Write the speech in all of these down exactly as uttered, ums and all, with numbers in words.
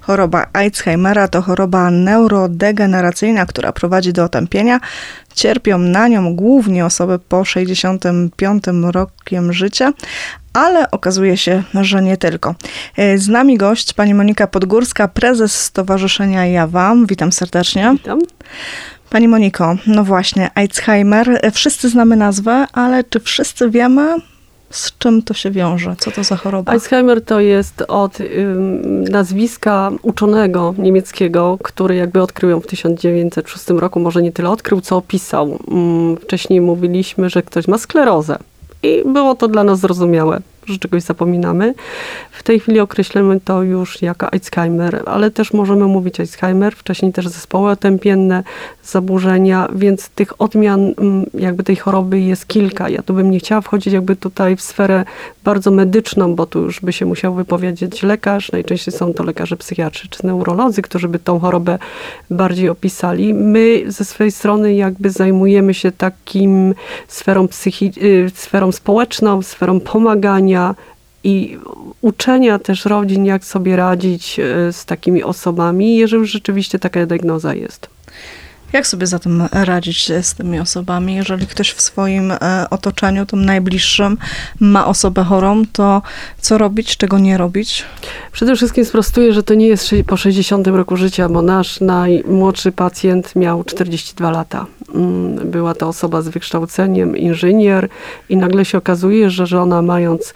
Choroba Alzheimera to choroba neurodegeneracyjna, która prowadzi do otępienia. Cierpią na nią głównie osoby po sześćdziesiątym piątym rokiem życia, ale okazuje się, że nie tylko. Z nami gość, pani Monika Podgórska, prezes Stowarzyszenia Ja Wam. Witam serdecznie. Witam. Pani Moniko, no właśnie, Alzheimer. Wszyscy znamy nazwę, ale czy wszyscy wiemy, z czym to się wiąże? Co to za choroba? Alzheimer to jest od ym, nazwiska uczonego niemieckiego, który jakby odkrył ją w tysiąc dziewięćset szóstym roku. Może nie tyle odkrył, co opisał. Ym, wcześniej mówiliśmy, że ktoś ma sklerozę. I było to dla nas zrozumiałe, że czegoś zapominamy. W tej chwili określimy to już jako Alzheimer, ale też możemy mówić Alzheimer, wcześniej też zespoły otępienne, zaburzenia, więc tych odmian jakby tej choroby jest kilka. Ja tu bym nie chciała wchodzić jakby tutaj w sferę bardzo medyczną, bo tu już by się musiał wypowiedzieć lekarz. Najczęściej są to lekarze psychiatrzy czy neurolodzy, którzy by tą chorobę bardziej opisali. My ze swojej strony jakby zajmujemy się takim sferą, psychi- sferą społeczną, sferą pomagania i uczenia też rodzin, jak sobie radzić z takimi osobami, jeżeli rzeczywiście taka diagnoza jest. Jak sobie zatem radzić z tymi osobami? Jeżeli ktoś w swoim otoczeniu, tym najbliższym, ma osobę chorą, to co robić, czego nie robić? Przede wszystkim sprostuję, że to nie jest po sześćdziesiątym roku życia, bo nasz najmłodszy pacjent miał czterdzieści dwa lata. Była to osoba z wykształceniem, inżynier i nagle się okazuje, że żona, mając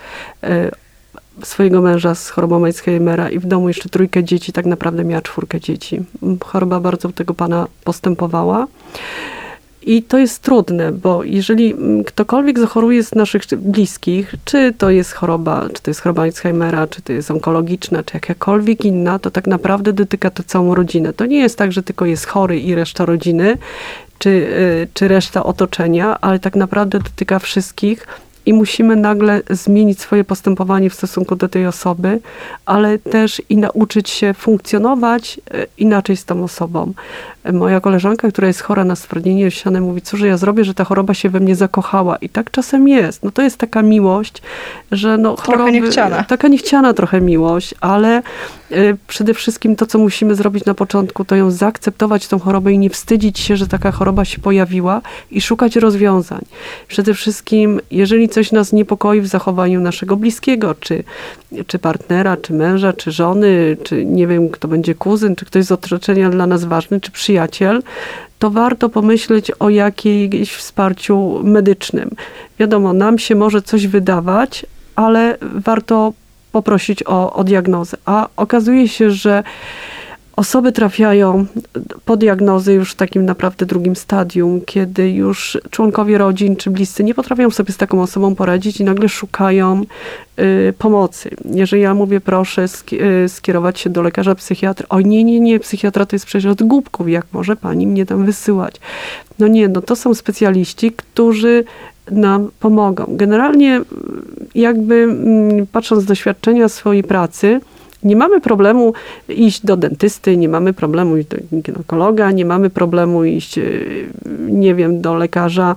swojego męża z chorobą Alzheimera i w domu jeszcze trójkę dzieci, tak naprawdę miała czwórkę dzieci. Choroba bardzo u tego pana postępowała. I to jest trudne, bo jeżeli ktokolwiek zachoruje z naszych bliskich, czy to jest choroba, czy to jest choroba Alzheimera, czy to jest onkologiczna, czy jakakolwiek inna, to tak naprawdę dotyka to całą rodzinę. To nie jest tak, że tylko jest chory i reszta rodziny, czy, czy reszta otoczenia, ale tak naprawdę dotyka wszystkich. I musimy nagle zmienić swoje postępowanie w stosunku do tej osoby, ale też i nauczyć się funkcjonować inaczej z tą osobą. Moja koleżanka, która jest chora na stwardnienie owsiane, mówi, cóż ja zrobię, że ta choroba się we mnie zakochała. I tak czasem jest. No to jest taka miłość, że no trochę choroby, niechciana. Taka niechciana trochę miłość, ale y, przede wszystkim to, co musimy zrobić na początku, to ją zaakceptować, tą chorobę i nie wstydzić się, że taka choroba się pojawiła i szukać rozwiązań. Przede wszystkim, jeżeli coś nas niepokoi w zachowaniu naszego bliskiego, czy, czy partnera, czy męża, czy żony, czy nie wiem, kto będzie kuzyn, czy ktoś z otoczenia dla nas ważny, czy przyjaciel, to warto pomyśleć o jakimś wsparciu medycznym. Wiadomo, nam się może coś wydawać, ale warto poprosić o, o diagnozę. A okazuje się, że osoby trafiają po diagnozy już w takim naprawdę drugim stadium, kiedy już członkowie rodzin czy bliscy nie potrafią sobie z taką osobą poradzić i nagle szukają y, pomocy. Jeżeli ja mówię, proszę sk- y, skierować się do lekarza psychiatry, oj nie, nie, nie, psychiatra to jest przecież od głupków, jak może pani mnie tam wysyłać? No nie, no to są specjaliści, którzy nam pomogą. Generalnie jakby patrząc z doświadczenia swojej pracy, nie mamy problemu iść do dentysty, nie mamy problemu iść do ginekologa, nie mamy problemu iść, nie wiem, do lekarza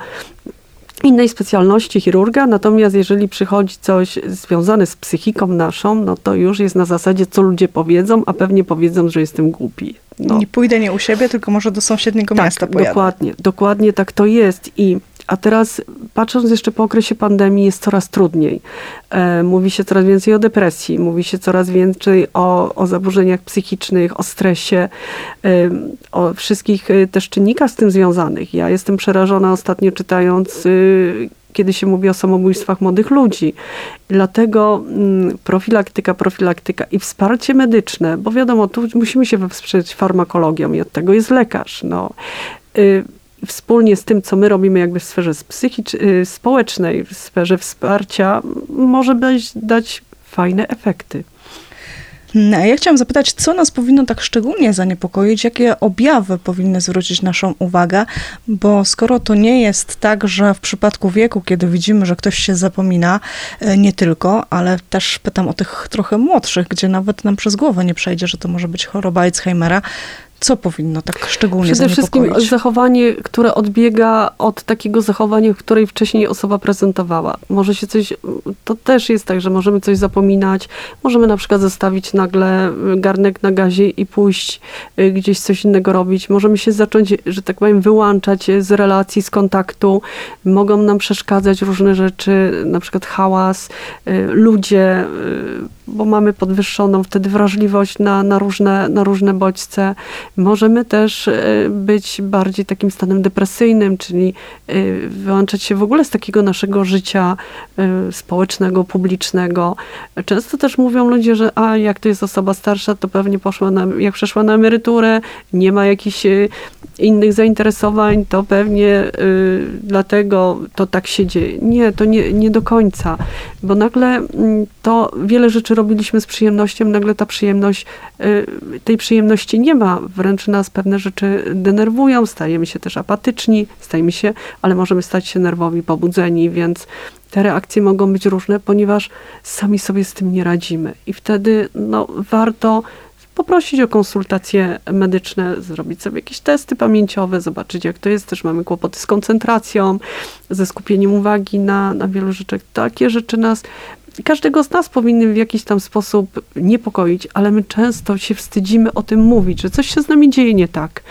innej specjalności, chirurga, natomiast jeżeli przychodzi coś związane z psychiką naszą, no to już jest na zasadzie, co ludzie powiedzą, a pewnie powiedzą, że jestem głupi. No. Nie pójdę nie u siebie, tylko może do sąsiedniego tak, miasta pojadę. Dokładnie, dokładnie tak to jest. I a teraz, patrząc jeszcze po okresie pandemii, jest coraz trudniej. E, mówi się coraz więcej o depresji, mówi się coraz więcej o, o zaburzeniach psychicznych, o stresie, e, o wszystkich też czynnikach z tym związanych. Ja jestem przerażona ostatnio czytając, y, kiedy się mówi o samobójstwach młodych ludzi. Dlatego mm, profilaktyka, profilaktyka i wsparcie medyczne, bo wiadomo, tu musimy się wesprzeć farmakologią i od tego jest lekarz. No. Y, Wspólnie z tym, co my robimy jakby w sferze psychicz- społecznej, w sferze wsparcia, może być, dać fajne efekty. Ja chciałam zapytać, co nas powinno tak szczególnie zaniepokoić, jakie objawy powinny zwrócić naszą uwagę, bo skoro to nie jest tak, że w przypadku wieku, kiedy widzimy, że ktoś się zapomina, nie tylko, ale też pytam o tych trochę młodszych, gdzie nawet nam przez głowę nie przejdzie, że to może być choroba Alzheimera, Co powinno tak szczególnie Przede wszystkim zaniepokoić? zachowanie, które odbiega od takiego zachowania, które wcześniej osoba prezentowała. Może się coś, to też jest tak, że możemy coś zapominać, możemy na przykład zostawić nagle garnek na gazie i pójść gdzieś coś innego robić. Możemy się zacząć, że tak powiem, wyłączać z relacji, z kontaktu. Mogą nam przeszkadzać różne rzeczy, na przykład hałas, ludzie, bo mamy podwyższoną wtedy wrażliwość na, na, różne, na różne bodźce. Możemy też być bardziej takim stanem depresyjnym, czyli wyłączać się w ogóle z takiego naszego życia społecznego, publicznego. Często też mówią ludzie, że a jak to jest osoba starsza, to pewnie poszła na, jak przeszła na emeryturę, nie ma jakichś innych zainteresowań, to pewnie y, dlatego to tak się dzieje. Nie, to nie, nie do końca, bo nagle y, to wiele rzeczy robiliśmy z przyjemnością, nagle ta przyjemność, y, tej przyjemności nie ma, wręcz nas pewne rzeczy denerwują, stajemy się też apatyczni, stajemy się, ale możemy stać się nerwowi, pobudzeni, więc te reakcje mogą być różne, ponieważ sami sobie z tym nie radzimy i wtedy no, warto poprosić o konsultacje medyczne, zrobić sobie jakieś testy pamięciowe, zobaczyć jak to jest. Też mamy kłopoty z koncentracją, ze skupieniem uwagi na, na wielu rzeczach. Takie rzeczy nas, każdego z nas powinny w jakiś tam sposób niepokoić, ale my często się wstydzimy o tym mówić, że coś się z nami dzieje nie tak.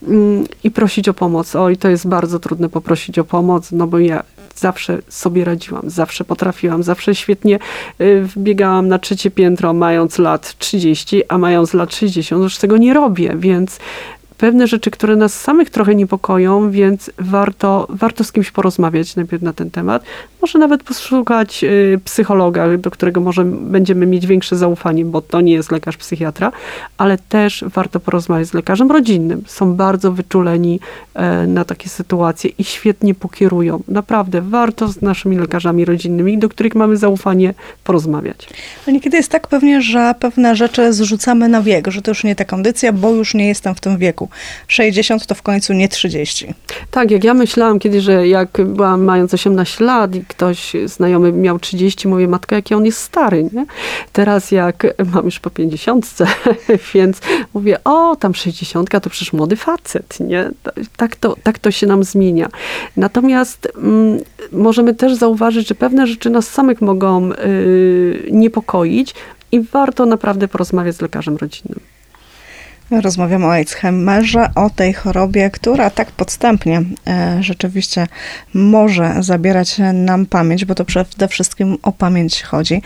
I prosić o pomoc. Oj, to jest bardzo trudne poprosić o pomoc, no bo ja zawsze sobie radziłam, zawsze potrafiłam, zawsze świetnie wbiegałam na trzecie piętro, mając lat trzydzieści, a mając lat sześćdziesiąt już tego nie robię, więc pewne rzeczy, które nas samych trochę niepokoją, więc warto, warto z kimś porozmawiać najpierw na ten temat. Może nawet poszukać y, psychologa, do którego może będziemy mieć większe zaufanie, bo to nie jest lekarz psychiatra, ale też warto porozmawiać z lekarzem rodzinnym. Są bardzo wyczuleni y, na takie sytuacje i świetnie pokierują. Naprawdę warto z naszymi lekarzami rodzinnymi, do których mamy zaufanie, porozmawiać. No niekiedy jest tak pewnie, że pewne rzeczy zrzucamy na wiek, że to już nie ta kondycja, bo już nie jestem w tym wieku. sześćdziesiąt to w końcu nie trzydzieści. Tak, jak ja myślałam kiedyś, że jak byłam mając osiemnaście lat i ktoś znajomy miał trzydzieści, mówię, matka, jaki on jest stary, nie? Teraz jak mam już po pięćdziesiątce, więc mówię, o, tam sześćdziesiątka to przecież młody facet, nie? Tak to, tak to się nam zmienia. Natomiast mm, możemy też zauważyć, że pewne rzeczy nas samych mogą yy, niepokoić i warto naprawdę porozmawiać z lekarzem rodzinnym. Rozmawiamy o Alzheimerze, o tej chorobie, która tak podstępnie e, rzeczywiście może zabierać nam pamięć, bo to przede wszystkim o pamięć chodzi.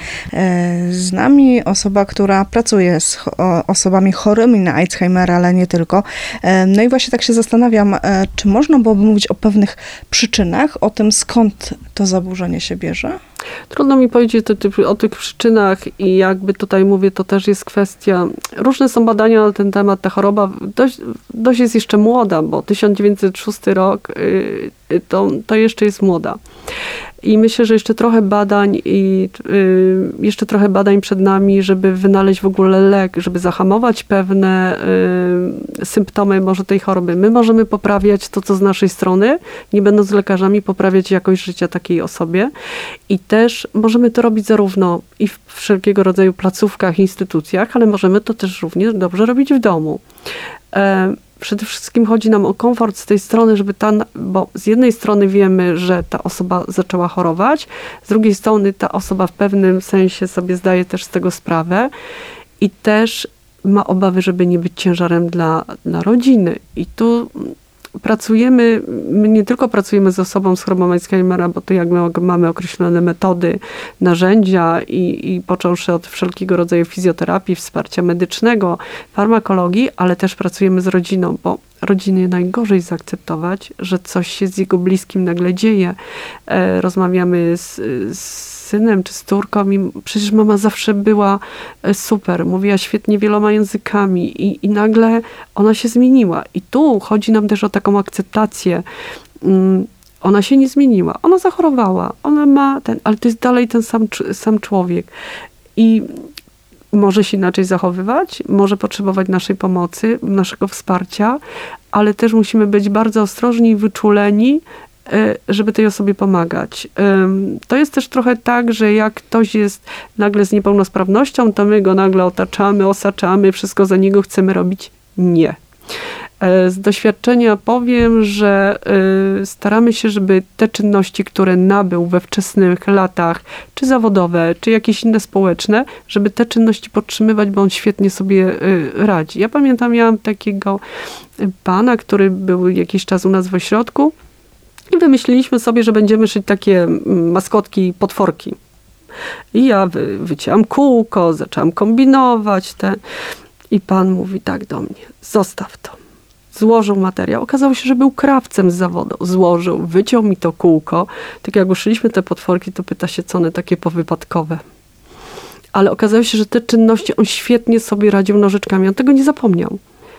E, z nami osoba, która pracuje z o, osobami chorymi na Alzheimera, ale nie tylko. E, no i właśnie tak się zastanawiam, e, czy można byłoby mówić o pewnych przyczynach, o tym, skąd to zaburzenie się bierze? Trudno mi powiedzieć o, o tych przyczynach i jakby tutaj mówię, to też jest kwestia, różne są badania na ten temat, ta choroba dość, dość jest jeszcze młoda, bo tysiąc dziewięćset szósty rok yy, to, to jeszcze jest młoda. I myślę, że jeszcze trochę badań i y, jeszcze trochę badań przed nami, żeby wynaleźć w ogóle lek, żeby zahamować pewne y, symptomy może tej choroby. My możemy poprawiać to, co z naszej strony, nie będąc lekarzami, poprawiać jakość życia takiej osobie. I też możemy to robić zarówno i w wszelkiego rodzaju placówkach, instytucjach, ale możemy to też równie dobrze robić w domu. E, Przede wszystkim chodzi nam o komfort z tej strony, żeby ta, bo z jednej strony wiemy, że ta osoba zaczęła chorować, z drugiej strony ta osoba w pewnym sensie sobie zdaje też z tego sprawę i też ma obawy, żeby nie być ciężarem dla, dla rodziny. I tu pracujemy, my nie tylko pracujemy z osobą z chorobą Alzheimera, bo to jak my mamy określone metody, narzędzia i, i począwszy od wszelkiego rodzaju fizjoterapii, wsparcia medycznego, farmakologii, ale też pracujemy z rodziną, bo rodzinie najgorzej zaakceptować, że coś się z jego bliskim nagle dzieje. E, rozmawiamy z, z synem czy z córką i przecież mama zawsze była super, mówiła świetnie wieloma językami i, i nagle ona się zmieniła. I tu chodzi nam też o taką akceptację. Um, ona się nie zmieniła, ona zachorowała, ona ma ten, ale to jest dalej ten sam, sam człowiek. I może się inaczej zachowywać, może potrzebować naszej pomocy, naszego wsparcia, ale też musimy być bardzo ostrożni i wyczuleni, żeby tej osobie pomagać. To jest też trochę tak, że jak ktoś jest nagle z niepełnosprawnością, to my go nagle otaczamy, osaczamy, wszystko za niego chcemy robić. Nie. Z doświadczenia powiem, że staramy się, żeby te czynności, które nabył we wczesnych latach, czy zawodowe, czy jakieś inne społeczne, żeby te czynności podtrzymywać, bo on świetnie sobie radzi. Ja pamiętam, miałam takiego pana, który był jakiś czas u nas w ośrodku i wymyśliliśmy sobie, że będziemy szyć takie maskotki, potworki. I ja wy, wycięłam kółko, zaczęłam kombinować te. I pan mówi tak do mnie, zostaw to. Złożył materiał. Okazało się, że był krawcem z zawodu. Złożył, wyciął mi to kółko. Tak jak uszyliśmy te potworki, to pyta się, co one takie powypadkowe. Ale okazało się, że te czynności on świetnie sobie radził nożyczkami. On tego nie zapomniał.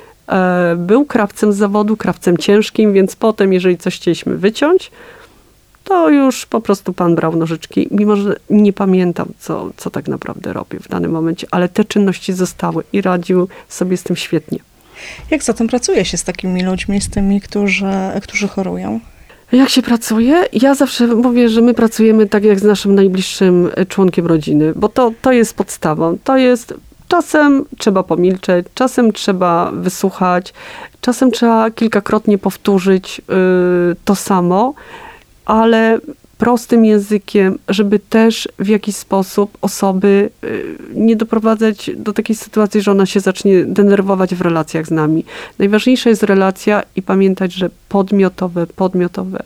E, był krawcem z zawodu, krawcem ciężkim, więc potem, jeżeli coś chcieliśmy wyciąć, to już po prostu pan brał nożyczki, mimo że nie pamiętam, co, co tak naprawdę robię w danym momencie, ale te czynności zostały i radził sobie z tym świetnie. Jak zatem pracuje się z takimi ludźmi, z tymi, którzy, którzy chorują? Jak się pracuje? Ja zawsze mówię, że my pracujemy tak jak z naszym najbliższym członkiem rodziny, bo to, to jest podstawą. To jest, czasem trzeba pomilczeć, czasem trzeba wysłuchać, czasem trzeba kilkakrotnie powtórzyć yy, to samo, ale prostym językiem, żeby też w jakiś sposób osoby nie doprowadzać do takiej sytuacji, że ona się zacznie denerwować w relacjach z nami. Najważniejsza jest relacja i pamiętać, że podmiotowe, podmiotowe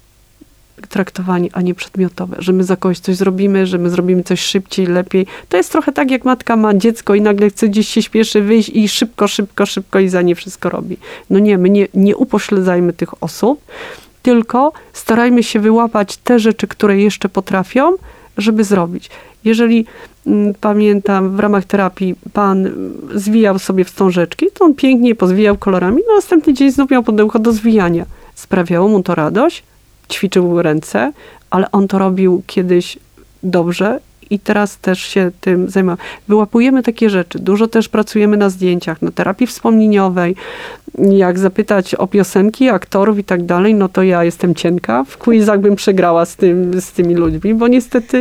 traktowanie, a nie przedmiotowe, że my za kogoś coś zrobimy, że my zrobimy coś szybciej, lepiej. To jest trochę tak, jak matka ma dziecko i nagle chce gdzieś się śpieszy wyjść i szybko, szybko, szybko i za nie wszystko robi. No nie, my nie, nie upośledzajmy tych osób, tylko starajmy się wyłapać te rzeczy, które jeszcze potrafią, żeby zrobić. Jeżeli m, pamiętam, w ramach terapii pan zwijał sobie wstążeczki, to on pięknie pozwijał kolorami, no następny dzień znów miał pudełko do zwijania. Sprawiało mu to radość, ćwiczył ręce, ale on to robił kiedyś dobrze i teraz też się tym zajmuje. Wyłapujemy takie rzeczy. Dużo też pracujemy na zdjęciach, na terapii wspomnieniowej. Jak zapytać o piosenki, aktorów i tak dalej, no to ja jestem cienka. W quizach bym przegrała z, tym, z tymi ludźmi, bo niestety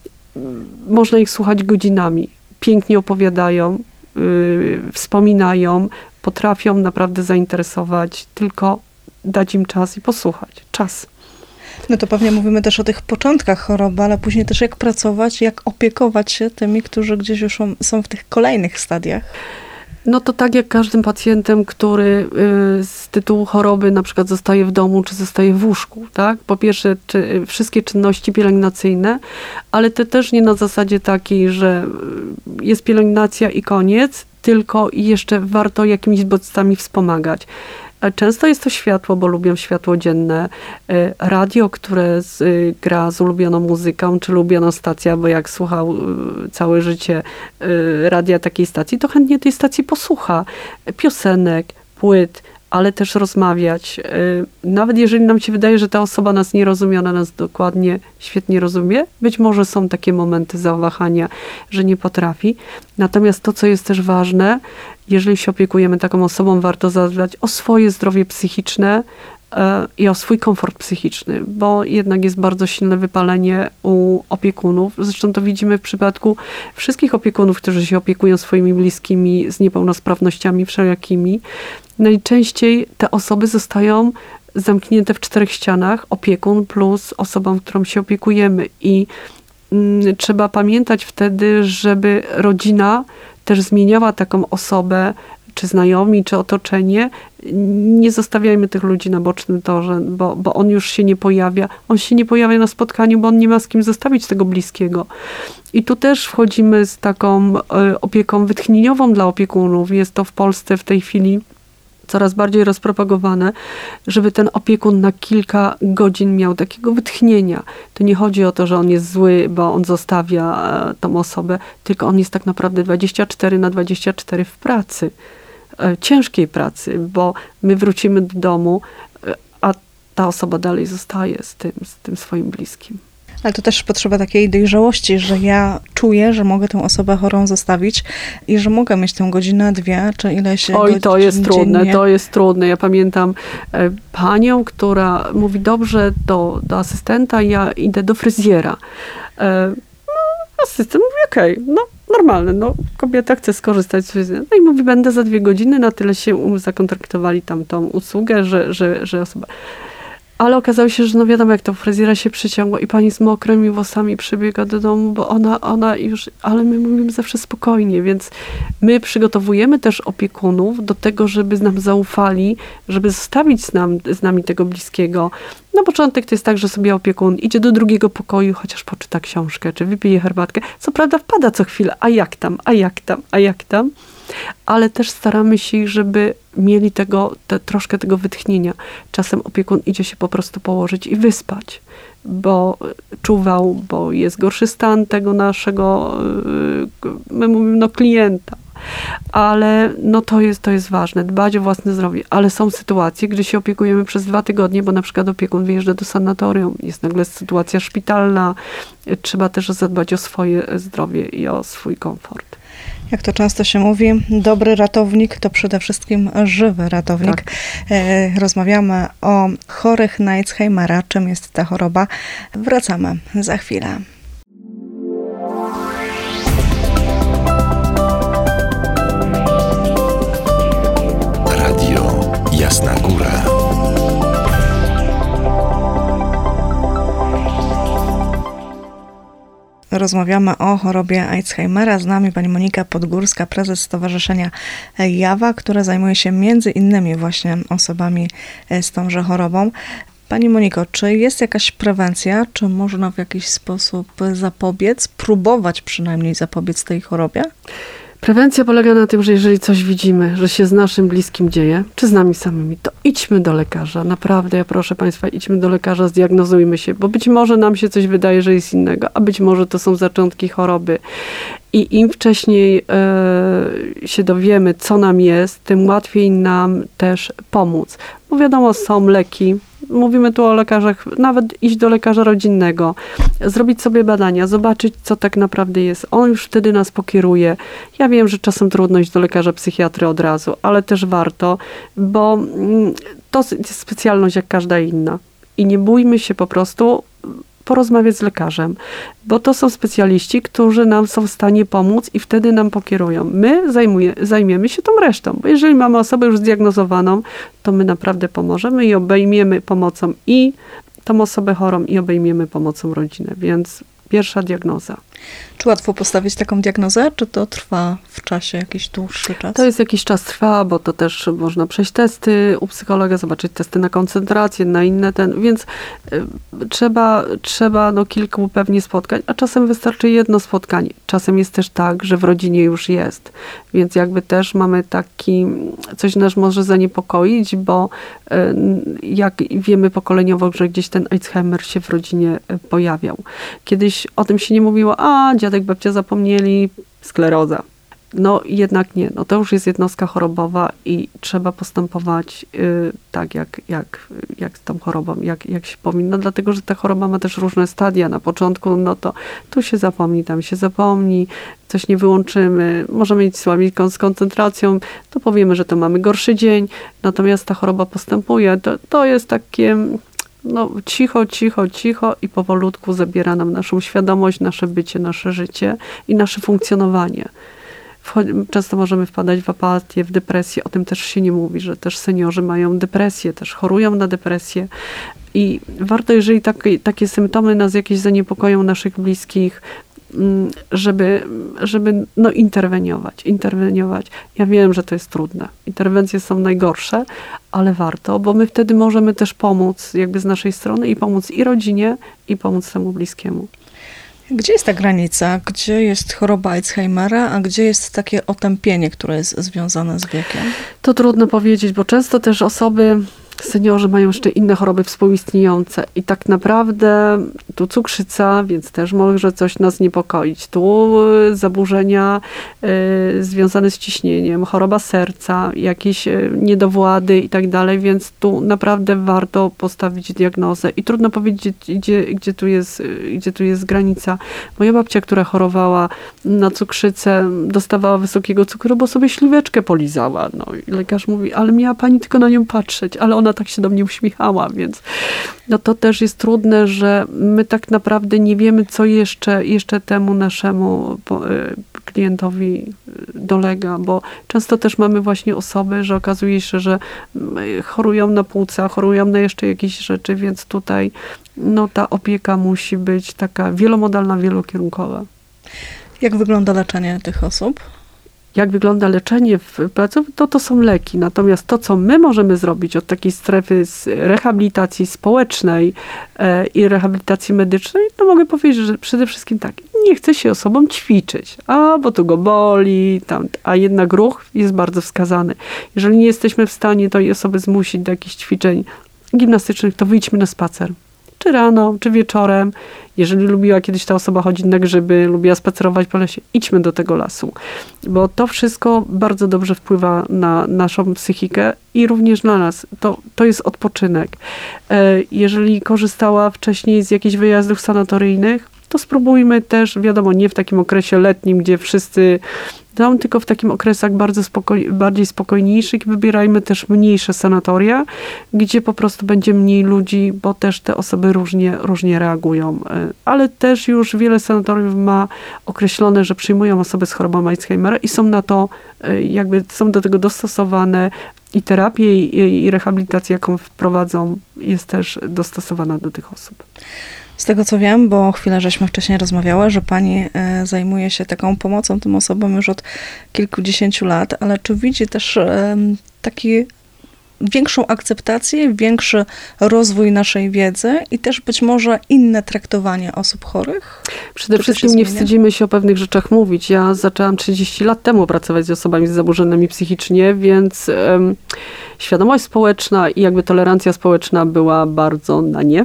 można ich słuchać godzinami. Pięknie opowiadają, yy, wspominają, potrafią naprawdę zainteresować, tylko dać im czas i posłuchać. Czas. No to pewnie mówimy też o tych początkach choroby, ale później też jak pracować, jak opiekować się tymi, którzy gdzieś już są w tych kolejnych stadiach. No to tak jak każdym pacjentem, który z tytułu choroby na przykład zostaje w domu, czy zostaje w łóżku, tak? Po pierwsze, czy wszystkie czynności pielęgnacyjne, ale to też nie na zasadzie takiej, że jest pielęgnacja i koniec, tylko i jeszcze warto jakimiś bodźcami wspomagać. Często jest to światło, bo lubią światło dzienne, radio, które z, gra z ulubioną muzyką, czy ulubiona stacja, bo jak słuchał całe życie radia takiej stacji, to chętnie tej stacji posłucha. Piosenek, płyt, ale też rozmawiać. Nawet jeżeli nam się wydaje, że ta osoba nas nie rozumie, ona nas dokładnie, świetnie rozumie, być może są takie momenty zawahania, że nie potrafi. Natomiast to, co jest też ważne, jeżeli się opiekujemy taką osobą, warto zadbać o swoje zdrowie psychiczne i o swój komfort psychiczny, bo jednak jest bardzo silne wypalenie u opiekunów. Zresztą to widzimy w przypadku wszystkich opiekunów, którzy się opiekują swoimi bliskimi z niepełnosprawnościami wszelakimi. Najczęściej te osoby zostają zamknięte w czterech ścianach, opiekun plus osobą, którą się opiekujemy. I mm, trzeba pamiętać wtedy, żeby rodzina też zmieniała taką osobę, czy znajomi, czy otoczenie. Nie zostawiajmy tych ludzi na bocznym torze, bo, bo on już się nie pojawia. On się nie pojawia na spotkaniu, bo on nie ma z kim zostawić tego bliskiego. I tu też wchodzimy z taką y, opieką wytchnieniową dla opiekunów. Jest to w Polsce w tej chwili coraz bardziej rozpropagowane, żeby ten opiekun na kilka godzin miał takiego wytchnienia. To nie chodzi o to, że on jest zły, bo on zostawia e, tą osobę, tylko on jest tak naprawdę dwadzieścia cztery na dwadzieścia cztery w pracy. E, ciężkiej pracy, bo my wrócimy do domu, e, a ta osoba dalej zostaje z tym, z tym swoim bliskim. Ale to też potrzeba takiej dojrzałości, że ja czuję, że mogę tę osobę chorą zostawić i że mogę mieć tę godzinę, dwie, czy ileś Oj, godzin to jest trudne, dziennie. to jest trudne. Ja pamiętam e, panią, która mówi, dobrze, do, do asystenta, ja idę do fryzjera. E, no, asystent mówi, okej, okay, no Normalne, no kobieta chce skorzystać z fryzjera. No i mówi, będę za dwie godziny, na tyle się zakontraktowali tam tą usługę, że, że, że osoba... Ale okazało się, że no wiadomo, jak to fryzjera się przyciągło i pani z mokrymi włosami przybiega do domu, bo ona, ona już, ale my mówimy zawsze spokojnie, więc my przygotowujemy też opiekunów do tego, żeby nam zaufali, żeby zostawić z, nam, z nami tego bliskiego. Na początek to jest tak, że sobie opiekun idzie do drugiego pokoju, chociaż poczyta książkę, czy wypije herbatkę. Co prawda wpada co chwilę, a jak tam, a jak tam, a jak tam. Ale też staramy się, żeby mieli tego, te, troszkę tego wytchnienia. Czasem opiekun idzie się po prostu położyć i wyspać, bo czuwał, bo jest gorszy stan tego naszego, my mówimy, no klienta. Ale no to jest, to jest ważne, dbać o własne zdrowie. Ale są sytuacje, gdy się opiekujemy przez dwa tygodnie, bo na przykład opiekun wyjeżdża do sanatorium, jest nagle sytuacja szpitalna, trzeba też zadbać o swoje zdrowie i o swój komfort. Jak to często się mówi, dobry ratownik to przede wszystkim żywy ratownik. Tak. Rozmawiamy o chorych na Alzheimera. Czym jest ta choroba? Wracamy za chwilę. Radio Jasna Góra. Rozmawiamy o chorobie Alzheimera. Z nami pani Monika Podgórska, prezes Stowarzyszenia Jawa, które zajmuje się między innymi właśnie osobami z tąże chorobą. Pani Moniko, czy jest jakaś prewencja? Czy można w jakiś sposób zapobiec, próbować przynajmniej zapobiec tej chorobie? Prewencja polega na tym, że jeżeli coś widzimy, że się z naszym bliskim dzieje, czy z nami samymi, to idźmy do lekarza. Naprawdę, ja proszę państwa, idźmy do lekarza, zdiagnozujmy się, bo być może nam się coś wydaje, że jest innego, a być może to są zaczątki choroby. I im wcześniej e, się dowiemy, co nam jest, tym łatwiej nam też pomóc. Bo wiadomo, są leki. Mówimy tu o lekarzach, nawet iść do lekarza rodzinnego, zrobić sobie badania, zobaczyć, co tak naprawdę jest. On już wtedy nas pokieruje. Ja wiem, że czasem trudno iść do lekarza psychiatry od razu, ale też warto, bo to jest specjalność jak każda inna. I nie bójmy się po prostu porozmawiać z lekarzem, bo to są specjaliści, którzy nam są w stanie pomóc i wtedy nam pokierują. My zajmuje, zajmiemy się tą resztą, bo jeżeli mamy osobę już zdiagnozowaną, to my naprawdę pomożemy i obejmiemy pomocą i tą osobę chorą i obejmiemy pomocą rodzinę, więc pierwsza diagnoza. Czy łatwo postawić taką diagnozę, czy to trwa w czasie jakiś dłuższy czas? To jest jakiś czas trwa, bo to też można przejść testy u psychologa, zobaczyć testy na koncentrację, na inne ten, więc y, trzeba, trzeba no kilku pewnie spotkań, a czasem wystarczy jedno spotkanie. Czasem jest też tak, że w rodzinie już jest, więc jakby też mamy taki, coś nas może zaniepokoić, bo y, jak wiemy pokoleniowo, że gdzieś ten Alzheimer się w rodzinie pojawiał. Kiedyś o tym się nie mówiło, a dziadek, babcia zapomnieli, skleroza. No jednak nie, no to już jest jednostka chorobowa i trzeba postępować y, tak, jak, jak, jak z tą chorobą, jak, jak się powinno, dlatego, że ta choroba ma też różne stadia. Na początku, no to tu się zapomni, tam się zapomni, coś nie wyłączymy, możemy mieć słabinką z koncentracją, to powiemy, że to mamy gorszy dzień, natomiast ta choroba postępuje. To, to jest takie... No, cicho, cicho, cicho i powolutku zabiera nam naszą świadomość, nasze bycie, nasze życie i nasze funkcjonowanie. Często możemy wpadać w apatię, w depresję. O tym też się nie mówi, że też seniorzy mają depresję, też chorują na depresję. I warto, jeżeli takie, takie symptomy nas jakieś zaniepokoją naszych bliskich, żeby, żeby no, interweniować, interweniować. Ja wiem, że to jest trudne. Interwencje są najgorsze, ale warto, bo my wtedy możemy też pomóc jakby z naszej strony i pomóc i rodzinie, i pomóc temu bliskiemu. Gdzie jest ta granica? Gdzie jest choroba Alzheimera, a gdzie jest takie otępienie, które jest związane z wiekiem? To trudno powiedzieć, bo często też osoby, seniorzy mają jeszcze inne choroby współistniejące i tak naprawdę tu cukrzyca, więc też może coś nas niepokoić. Tu zaburzenia y, związane z ciśnieniem, choroba serca, jakieś y, niedowłady i tak dalej, więc tu naprawdę warto postawić diagnozę i trudno powiedzieć, gdzie, gdzie, tu jest, gdzie tu jest granica. Moja babcia, która chorowała na cukrzycę, dostawała wysokiego cukru, bo sobie śliweczkę polizała. No i lekarz mówi, ale miała pani tylko na nią patrzeć, ale ona tak się do mnie uśmiechała, więc no to też jest trudne, że my tak naprawdę nie wiemy, co jeszcze, jeszcze temu naszemu klientowi dolega, bo często też mamy właśnie osoby, że okazuje się, że chorują na płuca, chorują na jeszcze jakieś rzeczy, więc tutaj no, ta opieka musi być taka wielomodalna, wielokierunkowa. Jak wygląda leczenie tych osób? Jak wygląda leczenie w placówce, to to są leki. Natomiast to, co my możemy zrobić od takiej strefy z rehabilitacji społecznej e, i rehabilitacji medycznej, to mogę powiedzieć, że przede wszystkim tak, nie chce się osobom ćwiczyć, a bo to go boli, tam, a jednak ruch jest bardzo wskazany. Jeżeli nie jesteśmy w stanie tej osoby zmusić do jakichś ćwiczeń gimnastycznych, to wyjdźmy na spacer. Czy rano, czy wieczorem. Jeżeli lubiła kiedyś ta osoba chodzić na grzyby, lubiła spacerować po lesie, idźmy do tego lasu. Bo to wszystko bardzo dobrze wpływa na naszą psychikę i również na nas. To, to jest odpoczynek. Jeżeli korzystała wcześniej z jakichś wyjazdów sanatoryjnych, to spróbujmy też, wiadomo, nie w takim okresie letnim, gdzie wszyscy tam, tylko w takim okresach bardzo spokoj, bardziej spokojniejszych. Wybierajmy też mniejsze sanatoria, gdzie po prostu będzie mniej ludzi, bo też te osoby różnie, różnie reagują. Ale też już wiele sanatoriów ma określone, że przyjmują osoby z chorobą Alzheimera i są na to, jakby są do tego dostosowane i terapie i, i rehabilitacja, jaką wprowadzą, jest też dostosowana do tych osób. Z tego co wiem, bo chwilę żeśmy wcześniej rozmawiały, że pani e, zajmuje się taką pomocą tym osobom już od kilkudziesięciu lat, ale czy widzi też e, taki większą akceptację, większy rozwój naszej wiedzy i też być może inne traktowanie osób chorych? Przede wszystkim nie wstydzimy się o pewnych rzeczach mówić. Ja zaczęłam trzydzieści lat temu pracować z osobami z zaburzeniami psychicznie, więc um, świadomość społeczna i jakby tolerancja społeczna była bardzo na nie.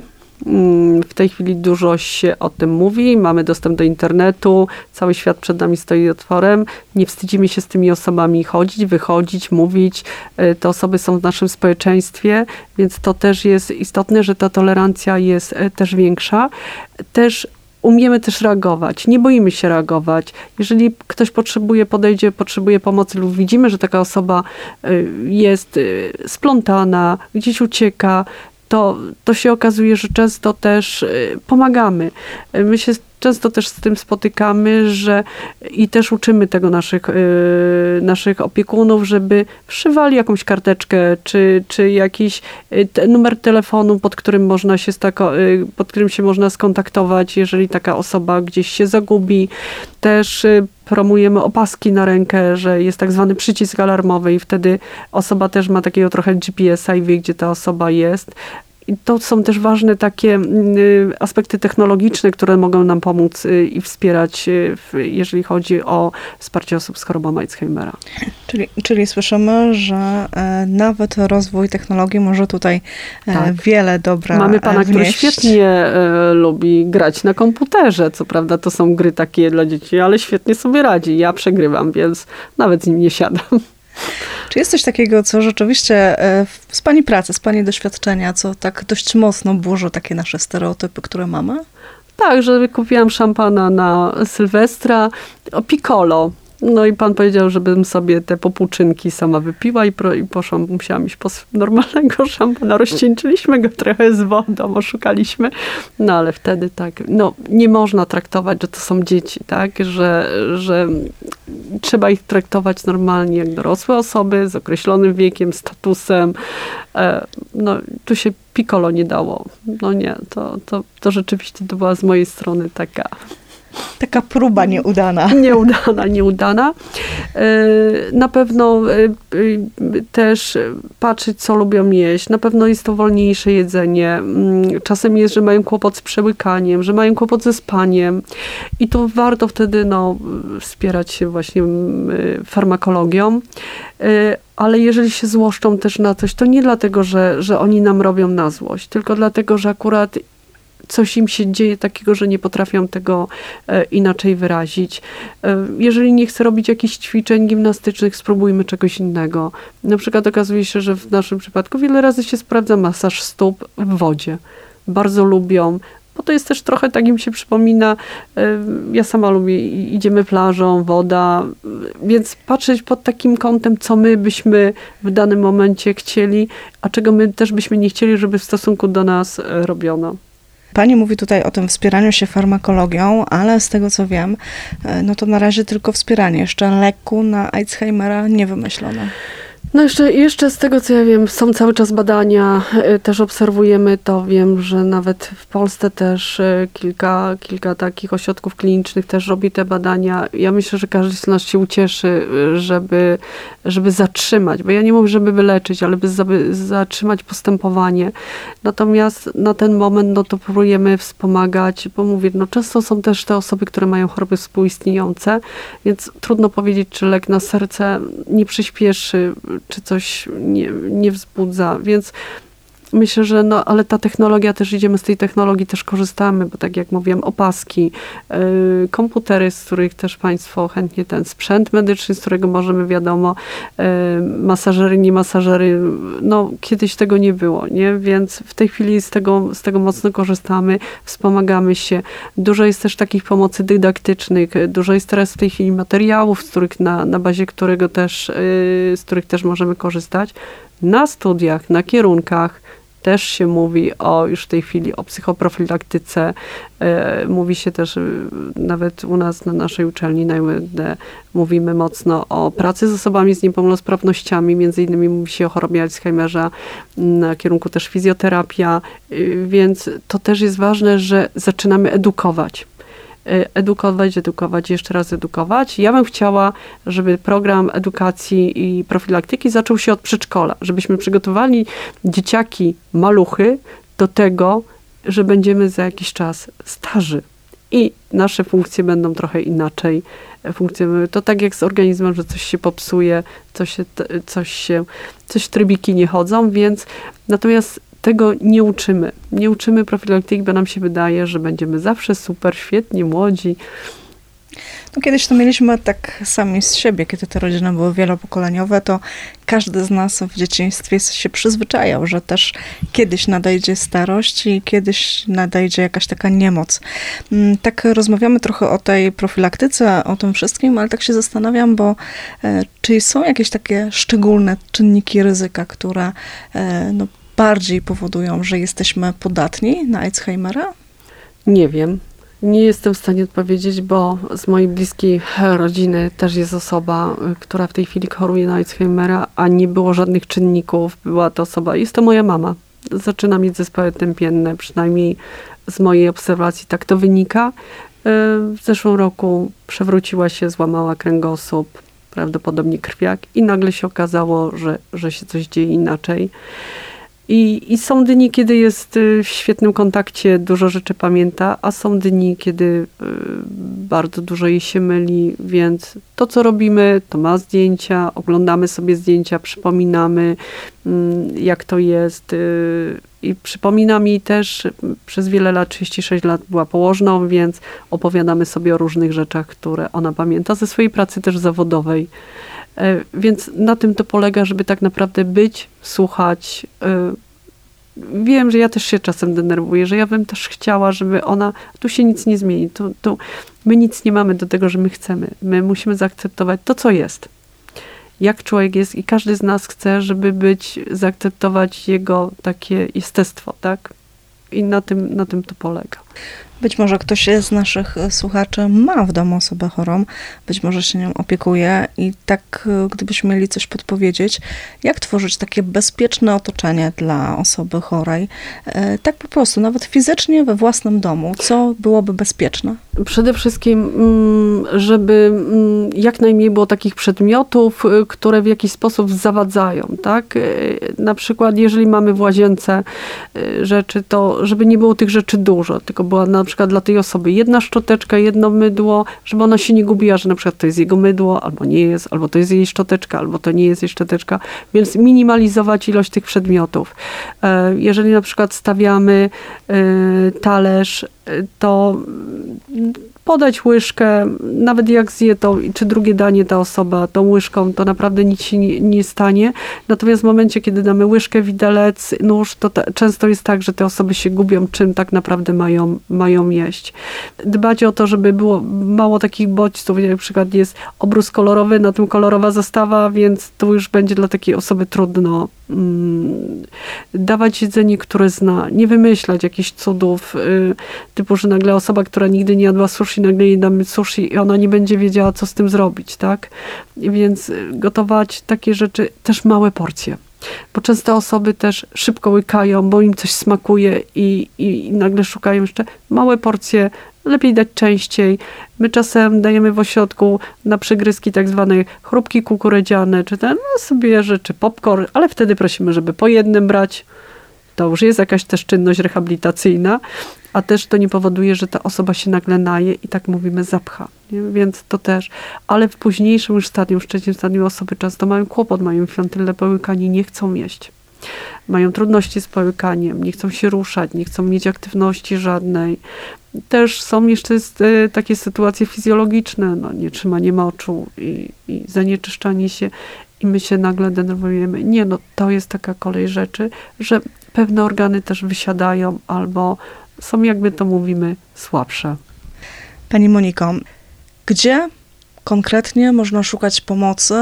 W tej chwili dużo się o tym mówi, mamy dostęp do internetu, cały świat przed nami stoi otworem, nie wstydzimy się z tymi osobami chodzić, wychodzić, mówić. Te osoby są w naszym społeczeństwie, więc to też jest istotne, że ta tolerancja jest też większa. Też umiemy też reagować, nie boimy się reagować. Jeżeli ktoś potrzebuje, podejdzie, potrzebuje pomocy lub widzimy, że taka osoba jest splątana, gdzieś ucieka, To, to się okazuje, że często też pomagamy. My się często też z tym spotykamy, że i też uczymy tego naszych, yy, naszych opiekunów, żeby wszywali jakąś karteczkę, czy, czy jakiś te, numer telefonu, pod którym można się stako, yy, pod którym się można skontaktować, jeżeli taka osoba gdzieś się zagubi. Też yy, promujemy opaski na rękę, że jest tak zwany przycisk alarmowy i wtedy osoba też ma takiego trochę G P S a i wie, gdzie ta osoba jest. I to są też ważne takie y, aspekty technologiczne, które mogą nam pomóc y, i wspierać, y, w, jeżeli chodzi o wsparcie osób z chorobą Alzheimera. Czyli, czyli słyszymy, że e, nawet rozwój technologii może tutaj e, tak. wiele dobra Mamy pana, wnieść. który świetnie e, lubi grać na komputerze. Co prawda to są gry takie dla dzieci, ale świetnie sobie radzi. Ja przegrywam, więc nawet z nim nie siadam. Czy jest coś takiego, co rzeczywiście z pani pracy, z pani doświadczenia, co tak dość mocno burzy takie nasze stereotypy, które mamy? Tak, że kupiłam szampana na Sylwestra, o Piccolo. No i pan powiedział, żebym sobie te popłuczynki sama wypiła i, pro, i poszłam, musiałam iść po normalnego szampana. Rozcieńczyliśmy go trochę z wodą, oszukaliśmy. No ale wtedy tak, no nie można traktować, że to są dzieci, tak? Że, że trzeba ich traktować normalnie jak dorosłe osoby z określonym wiekiem, statusem. No tu się Piccolo nie dało. No nie, to, to, to rzeczywiście to była z mojej strony taka... Taka próba nieudana. Nieudana, nieudana. Na pewno też patrzeć, co lubią jeść. Na pewno jest to wolniejsze jedzenie. Czasem jest, że mają kłopot z przełykaniem, że mają kłopot ze spaniem. I tu warto wtedy no, wspierać się właśnie farmakologią. Ale jeżeli się złoszczą też na coś, to nie dlatego, że, że oni nam robią na złość, tylko dlatego, że akurat coś im się dzieje takiego, że nie potrafią tego e, inaczej wyrazić. E, jeżeli nie chcę robić jakichś ćwiczeń gimnastycznych, spróbujmy czegoś innego. Na przykład okazuje się, że w naszym przypadku wiele razy się sprawdza masaż stóp w wodzie. Bardzo lubią, bo to jest też trochę, tak im się przypomina, e, ja sama lubię, idziemy plażą, woda, więc patrzeć pod takim kątem, co my byśmy w danym momencie chcieli, a czego my też byśmy nie chcieli, żeby w stosunku do nas robiono. Pani mówi tutaj o tym wspieraniu się farmakologią, ale z tego co wiem, no to na razie tylko wspieranie. Jeszcze leku na Alzheimera nie wymyślono. No jeszcze, jeszcze z tego, co ja wiem, są cały czas badania, też obserwujemy to, wiem, że nawet w Polsce też kilka, kilka takich ośrodków klinicznych też robi te badania. Ja myślę, że każdy z nas się ucieszy, żeby, żeby zatrzymać, bo ja nie mówię, żeby wyleczyć, ale by zatrzymać postępowanie. Natomiast na ten moment, no to próbujemy wspomagać, bo mówię, no często są też te osoby, które mają choroby współistniejące, więc trudno powiedzieć, czy lek na serce nie przyspieszy, czy coś nie, nie wzbudza, więc myślę, że no, ale ta technologia, też idziemy z tej technologii, też korzystamy, bo tak jak mówiłam, opaski, yy, komputery, z których też Państwo chętnie ten sprzęt medyczny, z którego możemy, wiadomo, yy, masażery, nie masażery, no kiedyś tego nie było, nie? Więc w tej chwili z tego, z tego mocno korzystamy, wspomagamy się. Dużo jest też takich pomocy dydaktycznych, dużo jest teraz w tej chwili materiałów, z których na, na bazie którego też, yy, z których też możemy korzystać. Na studiach, na kierunkach też się mówi o, już w tej chwili o psychoprofilaktyce. E, mówi się też, nawet u nas na naszej uczelni na U N D mówimy mocno o pracy z osobami z niepełnosprawnościami. Między innymi mówi się o chorobie Alzheimera, na kierunku też fizjoterapia. E, więc to też jest ważne, że zaczynamy edukować. Edukować, edukować, jeszcze raz edukować. Ja bym chciała, żeby program edukacji i profilaktyki zaczął się od przedszkola, żebyśmy przygotowali dzieciaki, maluchy do tego, że będziemy za jakiś czas starzy i nasze funkcje będą trochę inaczej funkcjonowały. To tak jak z organizmem, że coś się popsuje, coś się, coś się, coś trybiki nie chodzą, więc natomiast tego nie uczymy. Nie uczymy profilaktyki, bo nam się wydaje, że będziemy zawsze super, świetnie, młodzi. No kiedyś to mieliśmy tak sami z siebie, kiedy te rodziny były wielopokoleniowe, to każdy z nas w dzieciństwie się przyzwyczajał, że też kiedyś nadejdzie starość i kiedyś nadejdzie jakaś taka niemoc. Tak rozmawiamy trochę o tej profilaktyce, o tym wszystkim, ale tak się zastanawiam, bo czy są jakieś takie szczególne czynniki ryzyka, które no, bardziej powodują, że jesteśmy podatni na Alzheimera? Nie wiem. Nie jestem w stanie odpowiedzieć, bo z mojej bliskiej rodziny też jest osoba, która w tej chwili choruje na Alzheimera, a nie było żadnych czynników. Była to osoba, jest to moja mama. Zaczyna mieć zespoły tępienne, przynajmniej z mojej obserwacji tak to wynika. W zeszłym roku przewróciła się, złamała kręgosłup, prawdopodobnie krwiak i nagle się okazało, że, że się coś dzieje inaczej. I, I są dni, kiedy jest w świetnym kontakcie, dużo rzeczy pamięta, a są dni, kiedy y, bardzo dużo jej się myli, więc to, co robimy, to ma zdjęcia, oglądamy sobie zdjęcia, przypominamy, y, jak to jest. Y, I przypominam jej też, przez wiele lat, trzydzieści sześć lat była położną, więc opowiadamy sobie o różnych rzeczach, które ona pamięta ze swojej pracy też zawodowej. Więc na tym to polega, żeby tak naprawdę być, słuchać. Wiem, że ja też się czasem denerwuję, że ja bym też chciała, żeby ona, tu się nic nie zmieni, tu, tu my nic nie mamy do tego, że my chcemy. My musimy zaakceptować to, co jest. Jak człowiek jest i każdy z nas chce, żeby być, zaakceptować jego takie jestestwo, tak? I na tym, na tym to polega. Być może ktoś z naszych słuchaczy ma w domu osobę chorą, być może się nią opiekuje i tak, gdybyśmy mieli coś podpowiedzieć, jak tworzyć takie bezpieczne otoczenie dla osoby chorej, tak po prostu, nawet fizycznie we własnym domu, co byłoby bezpieczne? Przede wszystkim, żeby jak najmniej było takich przedmiotów, które w jakiś sposób zawadzają, tak? Na przykład, jeżeli mamy w łazience rzeczy, to żeby nie było tych rzeczy dużo, tylko była na przykład dla tej osoby jedna szczoteczka, jedno mydło, żeby ona się nie gubiła, że na przykład to jest jego mydło, albo nie jest, albo to jest jej szczoteczka, albo to nie jest jej szczoteczka, więc minimalizować ilość tych przedmiotów. Jeżeli na przykład stawiamy talerz, to podać łyżkę, nawet jak zje to, czy drugie danie ta osoba tą łyżką, to naprawdę nic się nie, nie stanie. Natomiast w momencie, kiedy damy łyżkę, widelec, nóż, to ta, często jest tak, że te osoby się gubią, czym tak naprawdę mają, mają jeść. Dbać o to, żeby było mało takich bodźców, jak na przykład jest obrus kolorowy, na tym kolorowa zastawa, więc to już będzie dla takiej osoby trudno mm, dawać jedzenie, które zna, nie wymyślać jakichś cudów, y, typu, że nagle osoba, która nigdy nie jadła sushi, nagle jej damy sushi i ona nie będzie wiedziała, co z tym zrobić, tak? Więc gotować takie rzeczy, też małe porcje. Bo często osoby też szybko łykają, bo im coś smakuje i, i, i nagle szukają jeszcze małe porcje, lepiej dać częściej. My czasem dajemy w ośrodku na przygryzki tak zwane chrupki kukurydziane, czy ten, no sobie bierze, czy popcorn, ale wtedy prosimy, żeby po jednym brać. To już jest jakaś też czynność rehabilitacyjna, a też to nie powoduje, że ta osoba się nagle naje i tak mówimy zapcha. Nie? Więc to też. Ale w późniejszym już stadium, w trzecim stadium osoby często mają kłopot, mają infantylne połykanie, nie chcą jeść. Mają trudności z połykaniem, nie chcą się ruszać, nie chcą mieć aktywności żadnej. Też są jeszcze takie sytuacje fizjologiczne, no, nietrzymanie moczu i, i zanieczyszczanie się i my się nagle denerwujemy. Nie, no to jest taka kolej rzeczy, że pewne organy też wysiadają albo są, jakby to mówimy, słabsze. Pani Moniko, gdzie konkretnie można szukać pomocy,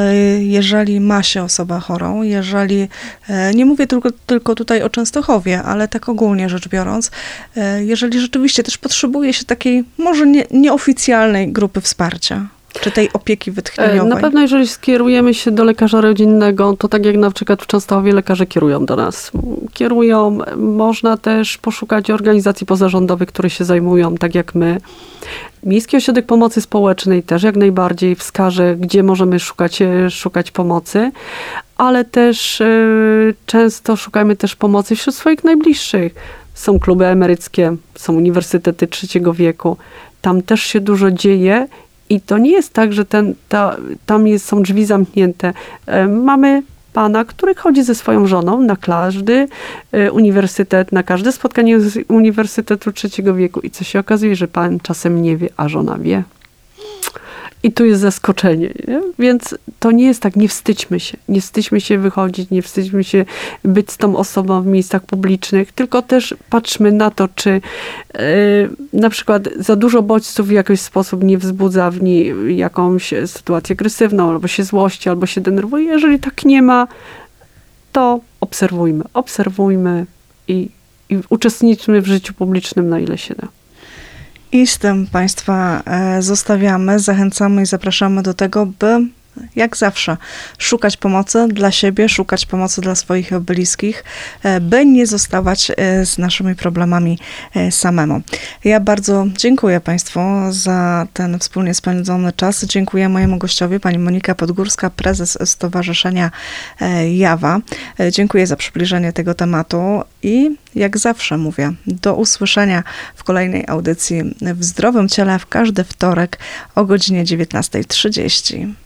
jeżeli ma się osobę chorą, jeżeli, nie mówię tylko, tylko tutaj o Częstochowie, ale tak ogólnie rzecz biorąc, jeżeli rzeczywiście też potrzebuje się takiej może nie, nieoficjalnej grupy wsparcia? Czy tej opieki wytchnieniowej? Na pewno jeżeli skierujemy się do lekarza rodzinnego, to tak jak na przykład w Częstochowie lekarze kierują do nas. Kierują, można też poszukać organizacji pozarządowych, które się zajmują, tak jak my. Miejski Ośrodek Pomocy Społecznej też jak najbardziej wskaże, gdzie możemy szukać, szukać pomocy, ale też y, często szukajmy też pomocy wśród swoich najbliższych. Są kluby emeryckie, są uniwersytety trzeciego wieku. Tam też się dużo dzieje. I to nie jest tak, że ten, ta, tam jest, są drzwi zamknięte. Mamy pana, który chodzi ze swoją żoną na każdy uniwersytet, na każde spotkanie z Uniwersytetu trzeciego wieku i co się okazuje, że pan czasem nie wie, a żona wie. I tu jest zaskoczenie, nie? Więc to nie jest tak, nie wstydźmy się. Nie wstydźmy się wychodzić, nie wstydźmy się być z tą osobą w miejscach publicznych, tylko też patrzmy na to, czy yy, na przykład za dużo bodźców w jakiś sposób nie wzbudza w niej jakąś sytuację agresywną, albo się złości, albo się denerwuje. Jeżeli tak nie ma, to obserwujmy. Obserwujmy i, i uczestniczmy w życiu publicznym na ile się da. I z tym Państwa zostawiamy, zachęcamy i zapraszamy do tego, by jak zawsze szukać pomocy dla siebie, szukać pomocy dla swoich bliskich, by nie zostawać z naszymi problemami samemu. Ja bardzo dziękuję Państwu za ten wspólnie spędzony czas. Dziękuję mojemu gościowi, pani Monika Podgórska, prezes Stowarzyszenia Jawa. Dziękuję za przybliżenie tego tematu i jak zawsze mówię, do usłyszenia w kolejnej audycji w Zdrowym Ciele w każdy wtorek o godzinie dziewiętnasta trzydzieści.